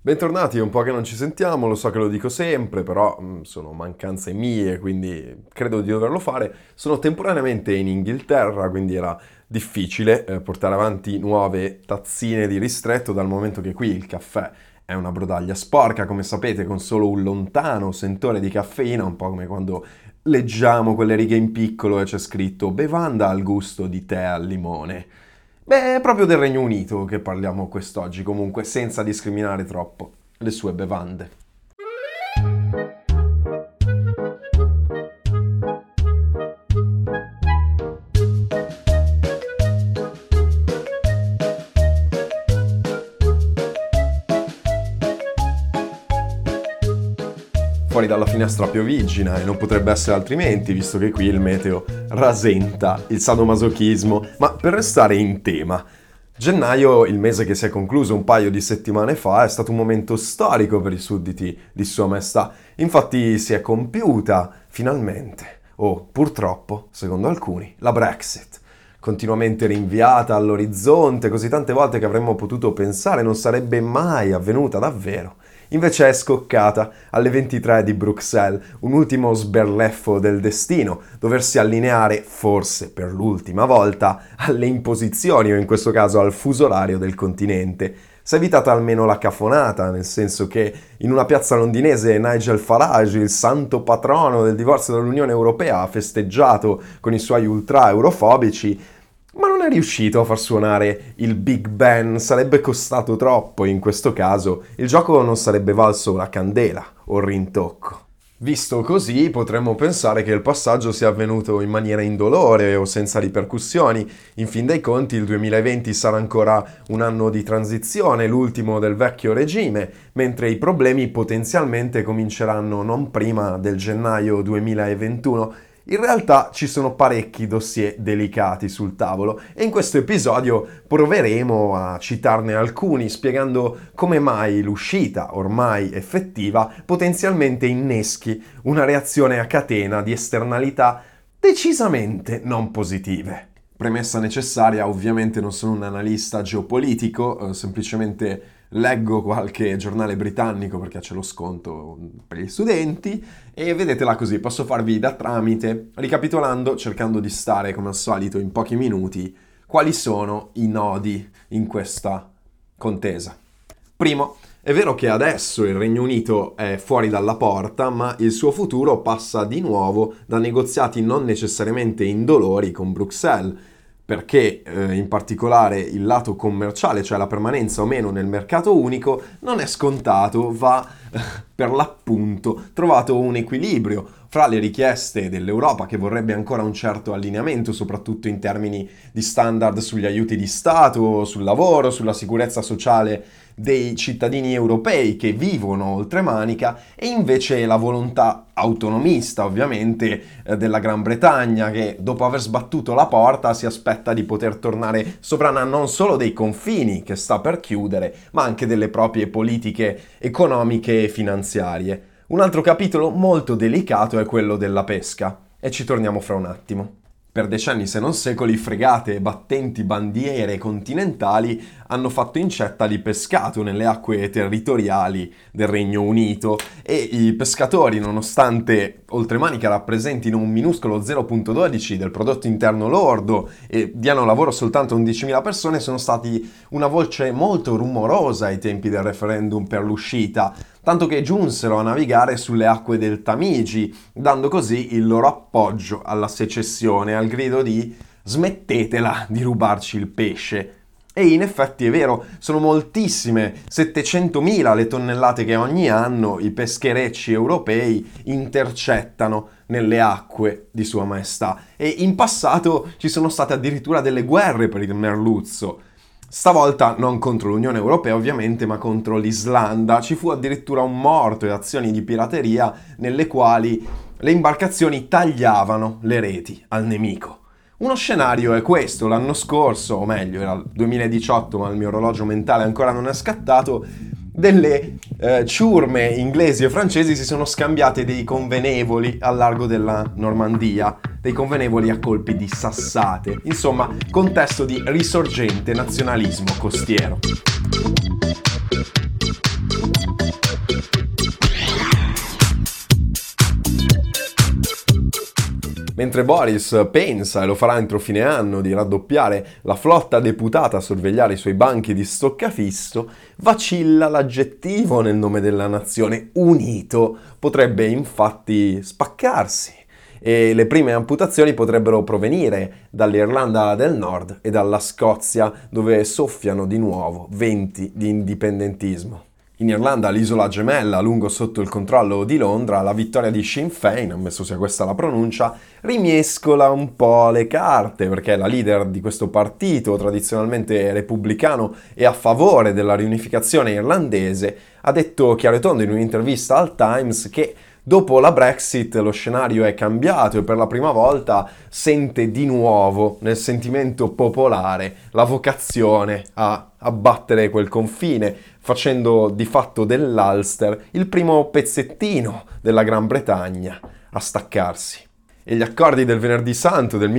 Bentornati, è un po' che non ci sentiamo, lo so che lo dico sempre, però sono mancanze mie, quindi credo di doverlo fare. Sono temporaneamente in Inghilterra, quindi era difficile portare avanti nuove tazzine di ristretto, dal momento che qui il caffè è una brodaglia sporca, come sapete, con solo un lontano sentore di caffeina, un po' come quando leggiamo quelle righe in piccolo e c'è scritto bevanda al gusto di tè al limone. Beh, è proprio del Regno Unito che parliamo quest'oggi, comunque senza discriminare troppo le sue bevande. Fuori dalla finestra pioviggina e non potrebbe essere altrimenti, visto che qui il meteo rasenta il sadomasochismo. Ma per restare in tema, gennaio, il mese che si è concluso un paio di settimane fa, è stato un momento storico per i sudditi di Sua Maestà. Infatti si è compiuta, finalmente, o purtroppo, secondo alcuni, la Brexit. Continuamente rinviata all'orizzonte, così tante volte che avremmo potuto pensare non sarebbe mai avvenuta davvero. Invece è scoccata alle 23 di Bruxelles, un ultimo sberleffo del destino, doversi allineare, forse per l'ultima volta, alle imposizioni o in questo caso al fuso orario del continente. Si è evitata almeno la cafonata, nel senso che in una piazza londinese Nigel Farage, il santo patrono del divorzio dall'Unione Europea, ha festeggiato con i suoi ultra-eurofobici, ma non è riuscito a far suonare il Big Ben, sarebbe costato troppo in questo caso, il gioco non sarebbe valso la candela o il rintocco. Visto così, potremmo pensare che il passaggio sia avvenuto in maniera indolore o senza ripercussioni. In fin dei conti, il 2020 sarà ancora un anno di transizione, l'ultimo del vecchio regime, mentre i problemi potenzialmente cominceranno non prima del gennaio 2021. In realtà ci sono parecchi dossier delicati sul tavolo e in questo episodio proveremo a citarne alcuni, spiegando come mai l'uscita, ormai effettiva, potenzialmente inneschi una reazione a catena di esternalità decisamente non positive. Premessa necessaria, ovviamente non sono un analista geopolitico, semplicemente leggo qualche giornale britannico perché c'è lo sconto per gli studenti e vedetela così, posso farvi da tramite, ricapitolando, cercando di stare come al solito in pochi minuti, quali sono i nodi in questa contesa. Primo, è vero che adesso il Regno Unito è fuori dalla porta, ma il suo futuro passa di nuovo da negoziati non necessariamente indolori con Bruxelles, perché in particolare il lato commerciale, cioè la permanenza o meno nel mercato unico, non è scontato, va per l'appunto trovato un equilibrio fra le richieste dell'Europa, che vorrebbe ancora un certo allineamento, soprattutto in termini di standard sugli aiuti di Stato, sul lavoro, sulla sicurezza sociale dei cittadini europei che vivono oltremanica, e invece la volontà autonomista, ovviamente, della Gran Bretagna, che dopo aver sbattuto la porta si aspetta di poter tornare sovrana non solo dei confini che sta per chiudere, ma anche delle proprie politiche economiche e finanziarie. Un altro capitolo molto delicato è quello della pesca, e ci torniamo fra un attimo. Per decenni, se non secoli, fregate e battenti bandiere continentali hanno fatto incetta di pescato nelle acque territoriali del Regno Unito e i pescatori, nonostante oltremanica rappresentino un minuscolo 0,12 del prodotto interno lordo e diano lavoro soltanto a 11.000 persone, sono stati una voce molto rumorosa ai tempi del referendum per l'uscita, tanto che giunsero a navigare sulle acque del Tamigi, dando così il loro appoggio alla secessione, al grido di "smettetela di rubarci il pesce". E in effetti è vero, sono moltissime, 700.000 le tonnellate che ogni anno i pescherecci europei intercettano nelle acque di Sua Maestà. E in passato ci sono state addirittura delle guerre per il merluzzo. Stavolta non contro l'Unione Europea ovviamente, ma contro l'Islanda. Ci fu addirittura un morto e azioni di pirateria nelle quali le imbarcazioni tagliavano le reti al nemico. Uno scenario è questo: l'anno scorso, o meglio era il 2018 ma il mio orologio mentale ancora non è scattato, delle ciurme inglesi e francesi si sono scambiate dei convenevoli al largo della Normandia, dei convenevoli a colpi di sassate, insomma contesto di risorgente nazionalismo costiero. Mentre Boris pensa, e lo farà entro fine anno, di raddoppiare la flotta deputata a sorvegliare i suoi banchi di stoccafisso, vacilla l'aggettivo nel nome della nazione. Unito potrebbe infatti spaccarsi e le prime amputazioni potrebbero provenire dall'Irlanda del Nord e dalla Scozia, dove soffiano di nuovo venti di indipendentismo. In Irlanda, l'isola gemella, a lungo sotto il controllo di Londra, la vittoria di Sinn Féin, ammesso sia questa la pronuncia, rimescola un po' le carte, perché la leader di questo partito, tradizionalmente repubblicano e a favore della riunificazione irlandese, ha detto chiaro e tondo in un'intervista al Times che dopo la Brexit lo scenario è cambiato e per la prima volta sente di nuovo nel sentimento popolare la vocazione a abbattere quel confine, facendo di fatto dell'Ulster il primo pezzettino della Gran Bretagna a staccarsi. E gli accordi del Venerdì Santo del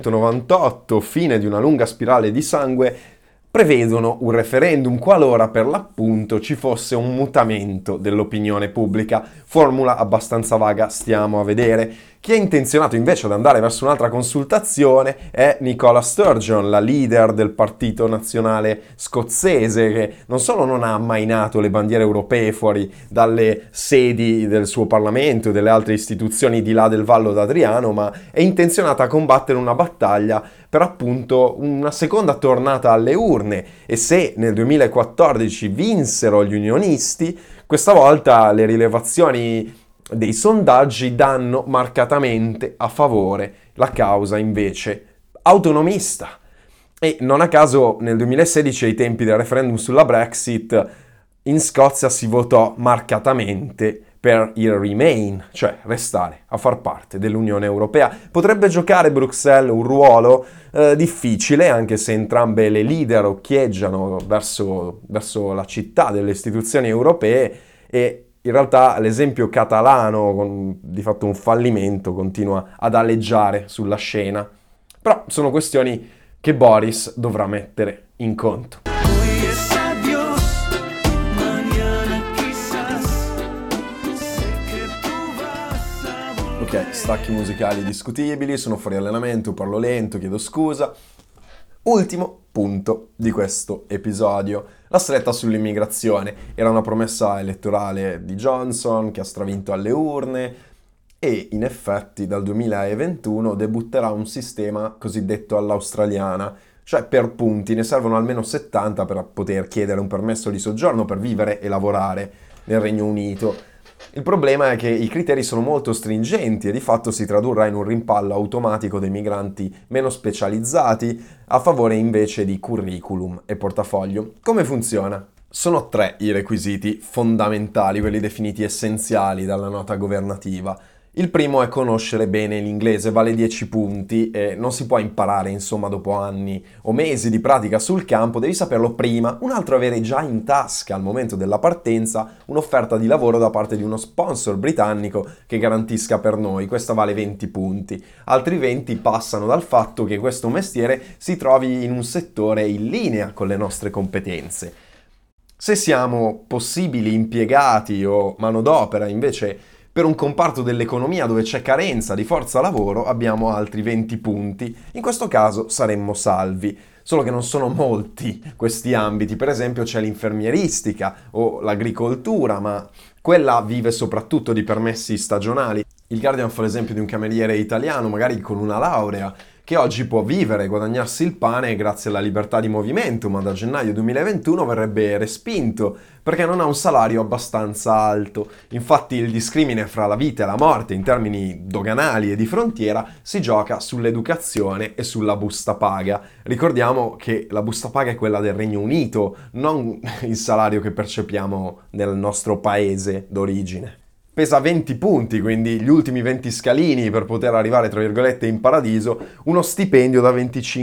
1998, fine di una lunga spirale di sangue, prevedono un referendum qualora per l'appunto ci fosse un mutamento dell'opinione pubblica. Formula abbastanza vaga, stiamo a vedere. Chi è intenzionato invece ad andare verso un'altra consultazione è Nicola Sturgeon, la leader del Partito Nazionale Scozzese, che non solo non ha ammainato le bandiere europee fuori dalle sedi del suo Parlamento e delle altre istituzioni di là del Vallo d'Adriano, ma è intenzionata a combattere una battaglia per appunto una seconda tornata alle urne. E se nel 2014 vinsero gli unionisti, questa volta le rilevazioni dei sondaggi danno marcatamente a favore la causa invece autonomista. E non a caso nel 2016, ai tempi del referendum sulla Brexit, in Scozia si votò marcatamente per il Remain, cioè restare a far parte dell'Unione Europea. Potrebbe giocare Bruxelles un ruolo difficile, anche se entrambe le leader occhieggiano verso la città delle istituzioni europee, e in realtà l'esempio catalano, con di fatto un fallimento, continua ad aleggiare sulla scena. Però sono questioni che Boris dovrà mettere in conto. Ok, stacchi musicali discutibili, sono fuori allenamento, parlo lento, chiedo scusa. Ultimo punto di questo episodio, la stretta sull'immigrazione. Era una promessa elettorale di Johnson che ha stravinto alle urne e in effetti dal 2021 debutterà un sistema cosiddetto all'australiana, cioè per punti, ne servono almeno 70 per poter chiedere un permesso di soggiorno per vivere e lavorare nel Regno Unito. Il problema è che i criteri sono molto stringenti e di fatto si tradurrà in un rimpallo automatico dei migranti meno specializzati a favore invece di curriculum e portafoglio. Come funziona? Sono 3 i requisiti fondamentali, quelli definiti essenziali dalla nota governativa. Il primo è conoscere bene l'inglese, vale 10 punti e non si può imparare, insomma, dopo anni o mesi di pratica sul campo, devi saperlo prima. Un altro è avere già in tasca al momento della partenza un'offerta di lavoro da parte di uno sponsor britannico che garantisca per noi, questa vale 20 punti. Altri 20 passano dal fatto che questo mestiere si trovi in un settore in linea con le nostre competenze. Se siamo possibili impiegati o manodopera invece per un comparto dell'economia dove c'è carenza di forza lavoro, abbiamo altri 20 punti. In questo caso saremmo salvi. Solo che non sono molti questi ambiti. Per esempio c'è l'infermieristica o l'agricoltura, ma quella vive soprattutto di permessi stagionali. Il Guardian fa l'esempio di un cameriere italiano, magari con una laurea, che oggi può vivere e guadagnarsi il pane grazie alla libertà di movimento, ma da gennaio 2021 verrebbe respinto perché non ha un salario abbastanza alto. Infatti il discrimine fra la vita e la morte in termini doganali e di frontiera si gioca sull'educazione e sulla busta paga. Ricordiamo che la busta paga è quella del Regno Unito, non il salario che percepiamo nel nostro paese d'origine. Pesa 20 punti, quindi gli ultimi 20 scalini per poter arrivare, tra virgolette, in paradiso, uno stipendio da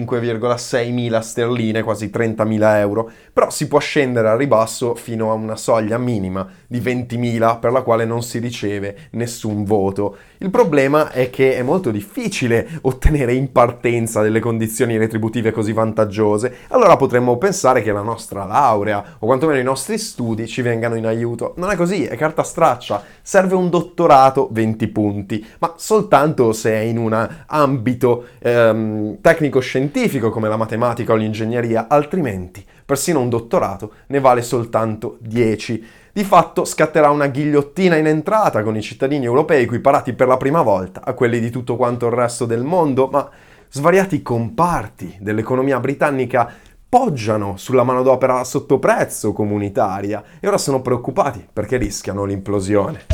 25,6 mila sterline, quasi 30.000 euro, però si può scendere al ribasso fino a una soglia minima di 20.000 per la quale non si riceve nessun voto. Il problema è che è molto difficile ottenere in partenza delle condizioni retributive così vantaggiose, allora potremmo pensare che la nostra laurea o quantomeno i nostri studi ci vengano in aiuto. Non è così, è carta straccia, serve serve un dottorato, 20 punti, ma soltanto se è in un ambito tecnico-scientifico come la matematica o l'ingegneria, altrimenti persino un dottorato ne vale soltanto 10. Di fatto scatterà una ghigliottina in entrata con i cittadini europei equiparati per la prima volta a quelli di tutto quanto il resto del mondo, ma svariati comparti dell'economia britannica poggiano sulla manodopera a sottoprezzo comunitaria e ora sono preoccupati perché rischiano l'implosione.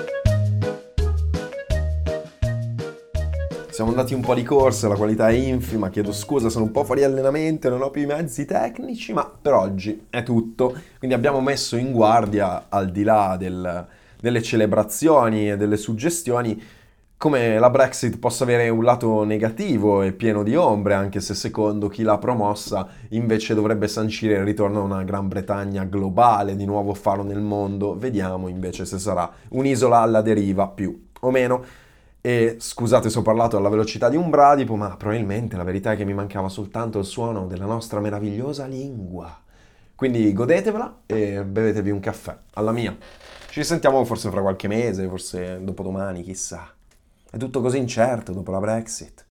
Siamo andati un po' di corsa, la qualità è infima, chiedo scusa, sono un po' fuori allenamento, non ho più i mezzi tecnici, ma per oggi è tutto. Quindi abbiamo messo in guardia, al di là delle celebrazioni e delle suggestioni, come la Brexit possa avere un lato negativo e pieno di ombre, anche se secondo chi l'ha promossa invece dovrebbe sancire il ritorno a una Gran Bretagna globale, di nuovo faro nel mondo. Vediamo invece se sarà un'isola alla deriva più o meno. E scusate se ho parlato alla velocità di un bradipo, ma probabilmente la verità è che mi mancava soltanto il suono della nostra meravigliosa lingua. Quindi godetevela e bevetevi un caffè, alla mia. Ci risentiamo forse fra qualche mese, forse dopodomani, chissà. È tutto così incerto dopo la Brexit.